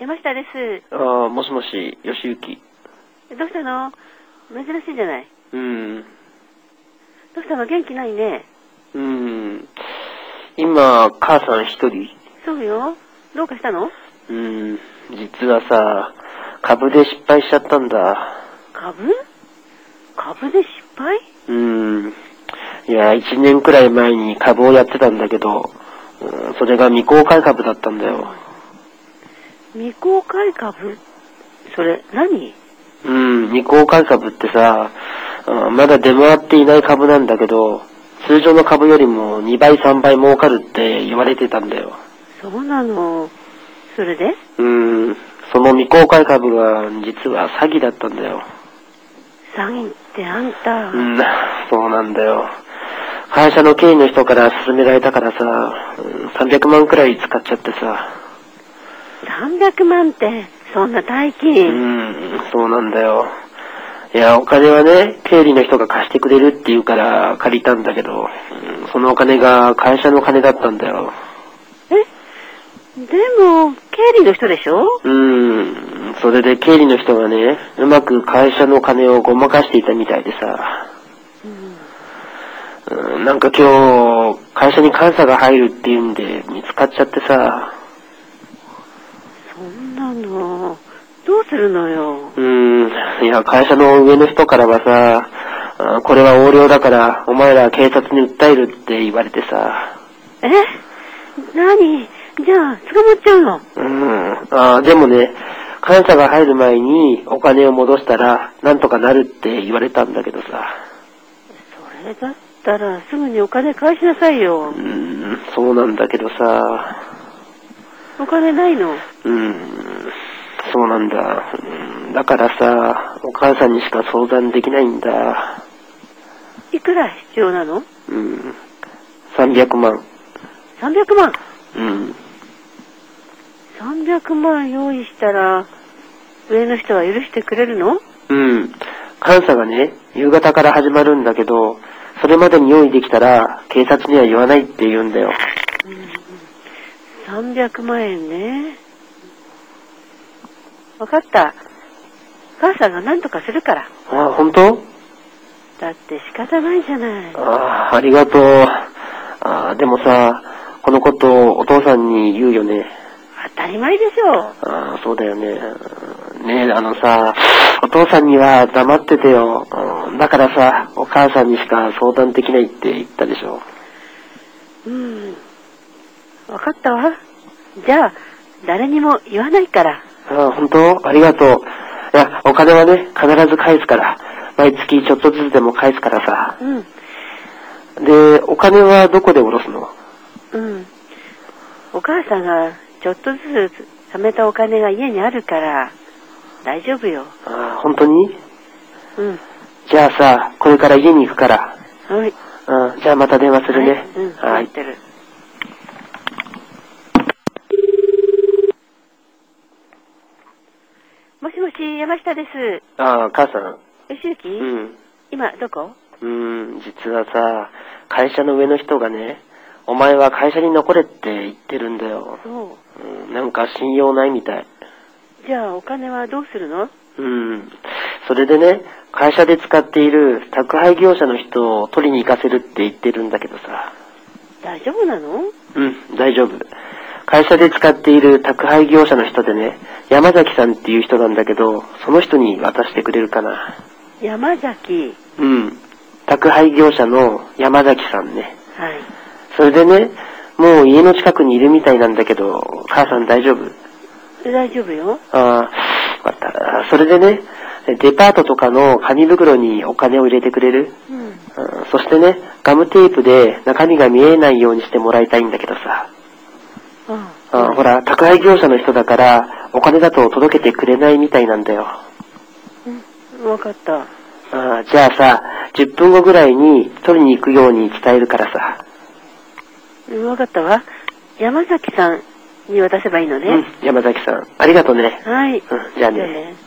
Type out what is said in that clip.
山下です。 ああ、もしもし、吉行。 どうしたの？珍しいじゃない。どうしたの？元気ないね。 今、母さん一人？ そうよ。どうかしたの？ 実はさ、株で失敗しちゃったんだ。 株で失敗？ いや、1年くらい前に株をやってたんだけど、それが未公開株だったんだよ。 未公開株？それ、何？ 未公開株ってさ、まだ出回っていない株なんだけど、通常の株よりも2倍3倍儲かるって言われてたんだよ。 そうなの。それで？ その未公開株が実は詐欺だったんだよ。 詐欺ってあんた。 そうなんだよ。会社の経理の人から勧められたからさ、300万くらい使っちゃってさ。 300万って、そんな大金。 そうなんだよ。いや、お金はね、経理の人が貸してくれるって言うから借りたんだけど、そのお金が会社の金だったんだよ。 でも、経理の人でしょ？ それで経理の人がね、うまく会社の金をごまかしていたみたいでさ。なんか今日、会社に監査が入るっていうんで見つかっちゃってさ。 そんなの、どうするのよ。 いや、会社の上の人からはさ、これは横領だからお前ら警察に訴えるって言われてさ。 何？じゃあ、捕まっちゃうの？ でもね、監査が入る前にお金を戻したらなんとかなるって言われたんだけどさ。 それだったらすぐにお金返しなさいよ。 そうなんだけどさ。 お金ないの？ そうなんだ。だからさ、お母さんにしか相談できないんだ。 いくら必要なの ？300万。 300万？300万用意したら、上の人は許してくれるの？ 監査がね、夕方から始まるんだけど、それまでに用意できたら、警察には言わないって言うんだよ。 300万円ね。わかった。母さんが何とかするから。 本当？ だって仕方ないじゃない。 ありがとう。でもさ、このことお父さんに言うよね。 当たり前でしょ。 そうだよね。ねえ、さ、お父さんには黙っててよ。だからさ、お母さんにしか相談できないって言ったでしょ。 わかったわ。じゃあ、誰にも言わないから。 本当？ありがとう。いや、お金はね、必ず返すから。毎月ちょっとずつでも返すからさ。で、お金はどこで下ろすの？ お母さんがちょっとずつ貯めたお金が家にあるから、大丈夫よ。 本当に？じゃあさ、これから家に行くから。 はい。 じゃあまた電話するね。 はい。待ってる。もしもし、山下です。 母さん。 吉行？今、どこ？ 実はさ、会社の上の人がね、お前は会社に残れって言ってるんだよ。なんか信用ないみたい。 じゃあお金はどうするの？ それでね、会社で使っている宅配業者の人を取りに行かせるって言ってるんだけどさ。 大丈夫なの？ 大丈夫。会社で使っている宅配業者の人でね、山崎さんっていう人なんだけど、その人に渡してくれるかな。 山崎？ 宅配業者の山崎さんね。 はい。 それでね、もう家の近くにいるみたいなんだけど、母さん大丈夫？ 大丈夫よ。 よかった。それでね、デパートとかの紙袋にお金を入れてくれる？そしてね、ガムテープで中身が見えないようにしてもらいたいんだけどさ。ほら、宅配業者の人だから、お金だと届けてくれないみたいなんだよ。 わかった。 じゃあさ、10分後ぐらいに取りに行くように伝えるからさ。 わかったわ。山崎さんに渡せばいいのね。 山崎さん。ありがとね。 はい。 じゃあね。